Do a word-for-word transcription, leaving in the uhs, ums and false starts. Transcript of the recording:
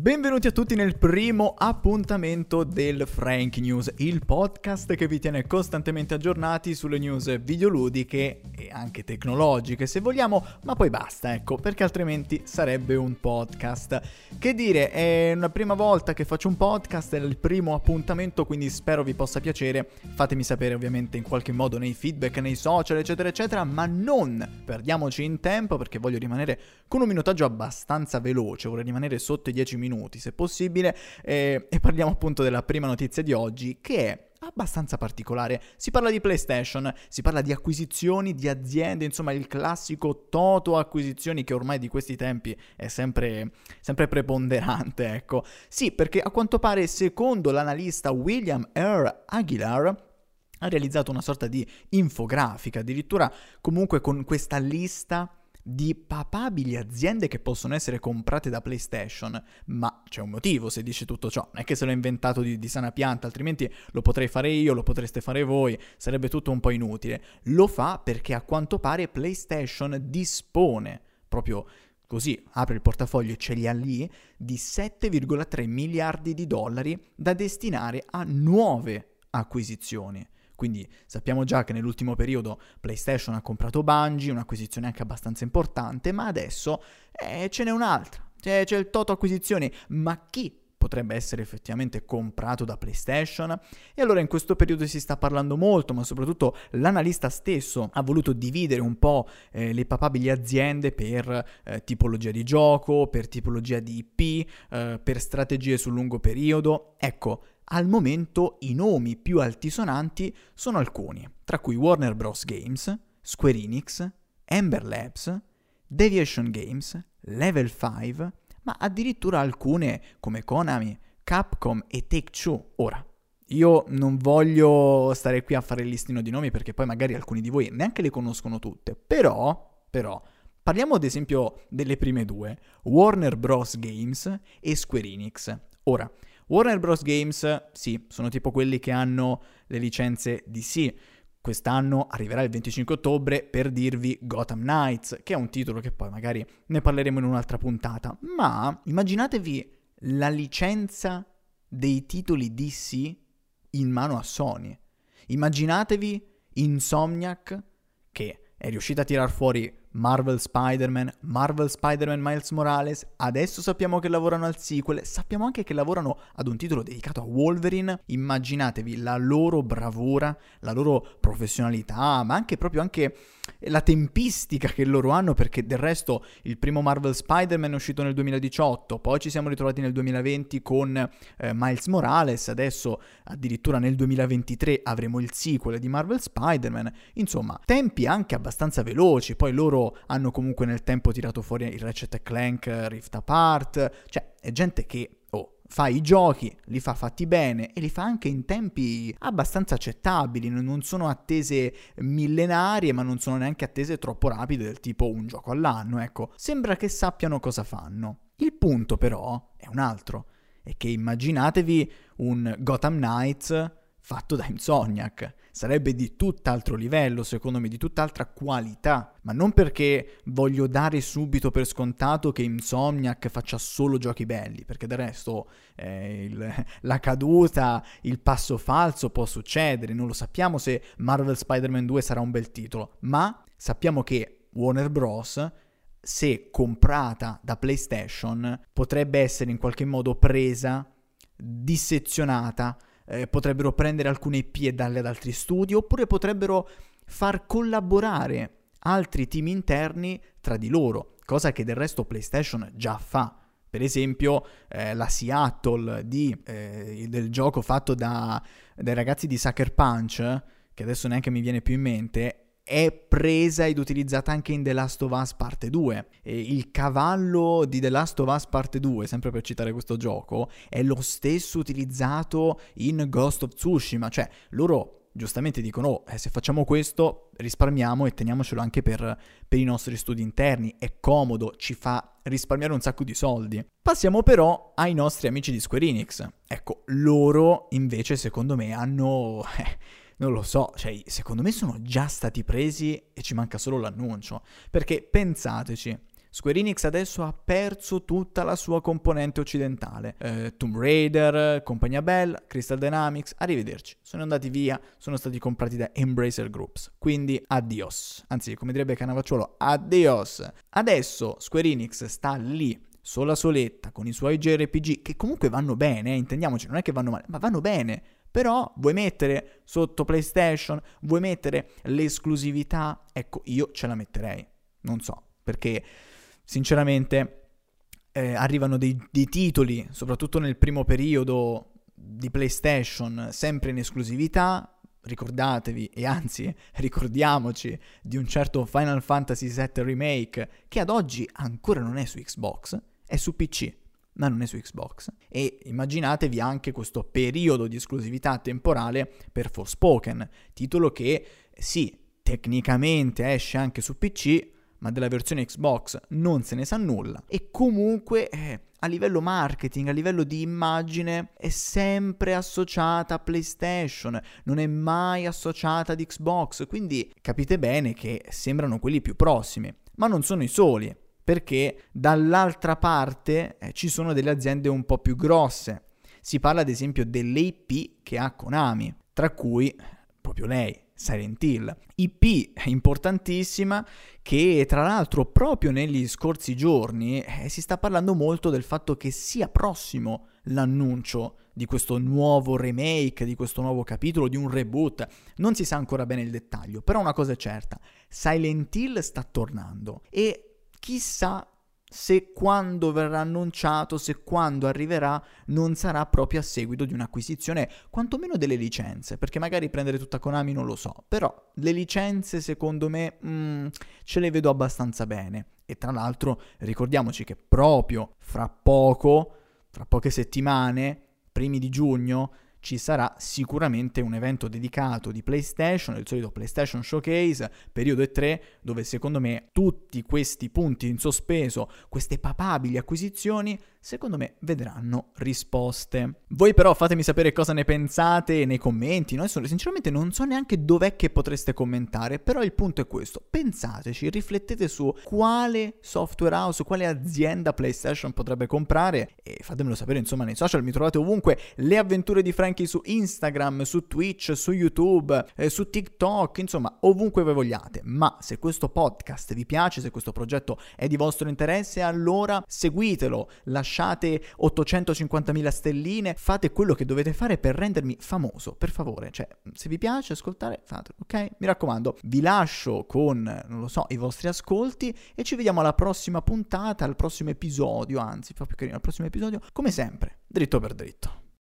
Benvenuti a tutti nel primo appuntamento del Frank News, il podcast che vi tiene costantemente aggiornati sulle news videoludiche e anche tecnologiche se vogliamo, ma poi basta, ecco, perché altrimenti sarebbe un podcast. Che dire, è la prima volta che faccio un podcast, è il primo appuntamento, quindi spero vi possa piacere. Fatemi sapere ovviamente in qualche modo nei feedback, nei social, eccetera, eccetera, ma non perdiamoci in tempo perché voglio rimanere con un minutaggio abbastanza veloce, vorrei rimanere sotto i dieci minuti se possibile, eh, e parliamo appunto della prima notizia di oggi, che è abbastanza particolare. Si parla di PlayStation, si parla di acquisizioni di aziende, insomma il classico toto acquisizioni che ormai di questi tempi è sempre, sempre preponderante, ecco. Sì, perché a quanto pare, secondo l'analista William R. Aguilar, ha realizzato una sorta di infografica, addirittura comunque con questa lista di papabili aziende che possono essere comprate da PlayStation, ma c'è un motivo se dice tutto ciò, non è che se l'ho inventato di, di sana pianta, altrimenti lo potrei fare io, lo potreste fare voi, sarebbe tutto un po' inutile. Lo fa perché a quanto pare PlayStation dispone, proprio così, apre il portafoglio e ce li ha lì, di sette virgola tre miliardi di dollari da destinare a nuove acquisizioni. Quindi sappiamo già che nell'ultimo periodo PlayStation ha comprato Bungie, un'acquisizione anche abbastanza importante, ma adesso eh, ce n'è un'altra, c'è, c'è il toto acquisizioni, ma chi potrebbe essere effettivamente comprato da PlayStation? E allora in questo periodo si sta parlando molto, ma soprattutto l'analista stesso ha voluto dividere un po' eh, le papabili aziende per eh, tipologia di gioco, per tipologia di I P, eh, per strategie sul lungo periodo. Ecco, al momento i nomi più altisonanti sono alcuni, tra cui Warner Bros. Games, Square Enix, Ember Labs, Deviation Games, Level cinque, ma addirittura alcune come Konami, Capcom e Take-Two. Ora, io non voglio stare qui a fare il listino di nomi perché poi magari alcuni di voi neanche le conoscono tutte, però, però, parliamo ad esempio delle prime due, Warner Bros. Games e Square Enix. Ora, Warner Bros. Games, sì, sono tipo quelli che hanno le licenze D C. Quest'anno arriverà il venticinque ottobre, per dirvi, Gotham Knights, che è un titolo che poi magari ne parleremo in un'altra puntata. Ma immaginatevi la licenza dei titoli D C in mano a Sony. Immaginatevi Insomniac, che è riuscita a tirar fuori Marvel Spider-Man, Marvel Spider-Man Miles Morales, adesso sappiamo che lavorano al sequel, sappiamo anche che lavorano ad un titolo dedicato a Wolverine. Immaginatevi la loro bravura, la loro professionalità, ma anche proprio anche la tempistica che loro hanno, perché del resto il primo Marvel Spider-Man è uscito nel duemiladiciotto, poi ci siamo ritrovati nel duemilaventi con eh, Miles Morales, adesso addirittura nel duemilaventitré avremo il sequel di Marvel Spider-Man, insomma tempi anche abbastanza veloci. Poi loro hanno comunque nel tempo tirato fuori il Ratchet and Clank Rift Apart, cioè è gente che oh, fa i giochi, li fa fatti bene e li fa anche in tempi abbastanza accettabili, non sono attese millenarie ma non sono neanche attese troppo rapide del tipo un gioco all'anno, ecco, sembra che sappiano cosa fanno. Il punto però è un altro, è che immaginatevi un Gotham Knights fatto da Insomniac, sarebbe di tutt'altro livello, secondo me, di tutt'altra qualità, ma non perché voglio dare subito per scontato che Insomniac faccia solo giochi belli, perché del resto eh, il, la caduta, il passo falso può succedere, non lo sappiamo se Marvel Spider-Man due sarà un bel titolo, ma sappiamo che Warner Bros., se comprata da PlayStation, potrebbe essere in qualche modo presa, dissezionata. Eh, potrebbero prendere alcune I P e darle ad altri studi, oppure potrebbero far collaborare altri team interni tra di loro, cosa che del resto PlayStation già fa. Per esempio eh, la Seattle di, eh, del gioco fatto da, dai ragazzi di Sucker Punch, che adesso neanche mi viene più in mente, è presa ed utilizzata anche in The Last of Us Parte due. E il cavallo di The Last of Us Parte due, sempre per citare questo gioco, è lo stesso utilizzato in Ghost of Tsushima. Cioè, loro giustamente dicono, oh, eh, se facciamo questo risparmiamo e teniamocelo anche per, per i nostri studi interni. È comodo, ci fa risparmiare un sacco di soldi. Passiamo però ai nostri amici di Square Enix. Ecco, loro invece secondo me hanno... Eh, non lo so, cioè secondo me sono già stati presi e ci manca solo l'annuncio, perché pensateci, Square Enix adesso ha perso tutta la sua componente occidentale. Eh, Tomb Raider, compagnia bella, Crystal Dynamics, arrivederci. Sono andati via, sono stati comprati da Embracer Groups. Quindi addios. Anzi, come direbbe Cannavacciuolo, addios. Adesso Square Enix sta lì, sola soletta, con i suoi J R P G, che comunque vanno bene, eh, intendiamoci, non è che vanno male, ma vanno bene. Però vuoi mettere sotto PlayStation, vuoi mettere l'esclusività? Ecco, io ce la metterei. Non so, perché sinceramente eh, arrivano dei, dei titoli, soprattutto nel primo periodo di PlayStation, sempre in esclusività. Ricordatevi, e anzi ricordiamoci, di un certo Final Fantasy sette Remake, che ad oggi ancora non è su Xbox, è su P C, ma non è su Xbox. E immaginatevi anche questo periodo di esclusività temporale per Forspoken, titolo che sì, tecnicamente esce anche su P C, ma della versione Xbox non se ne sa nulla. E comunque eh, a livello marketing, a livello di immagine, è sempre associata a PlayStation, non è mai associata ad Xbox, quindi capite bene che sembrano quelli più prossimi, ma non sono i soli, perché dall'altra parte eh, ci sono delle aziende un po' più grosse. Si parla ad esempio delle I P che ha Konami, tra cui proprio lei, Silent Hill. I P importantissima che tra l'altro proprio negli scorsi giorni eh, si sta parlando molto del fatto che sia prossimo l'annuncio di questo nuovo remake, di questo nuovo capitolo, di un reboot. Non si sa ancora bene il dettaglio, però una cosa è certa, Silent Hill sta tornando e chissà se quando verrà annunciato, se quando arriverà, non sarà proprio a seguito di un'acquisizione, quantomeno delle licenze, perché magari prendere tutta Konami non lo so, però le licenze secondo me mm, ce le vedo abbastanza bene. E tra l'altro ricordiamoci che proprio fra poco, fra poche settimane, primi di giugno, ci sarà sicuramente un evento dedicato di PlayStation, il solito PlayStation Showcase, periodo E tre, dove secondo me tutti questi punti in sospeso, queste papabili acquisizioni, secondo me vedranno risposte. Voi però fatemi sapere cosa ne pensate nei commenti, no? Sinceramente non so neanche dov'è che potreste commentare, però il punto è questo, pensateci, riflettete su quale software house, quale azienda PlayStation potrebbe comprare e fatemelo sapere insomma nei social, mi trovate ovunque, le avventure di Frankie su Instagram, su Twitch, su YouTube, eh, su TikTok, insomma ovunque voi vogliate. Ma se questo podcast vi piace, se questo progetto è di vostro interesse, allora seguitelo, lasciate ottocentocinquantamila stelline, fate quello che dovete fare per rendermi famoso, per favore, cioè se vi piace ascoltare fatelo, ok? Mi raccomando, vi lascio con, non lo so, i vostri ascolti e ci vediamo alla prossima puntata, al prossimo episodio, anzi fa più carino, al prossimo episodio, come sempre, dritto per dritto.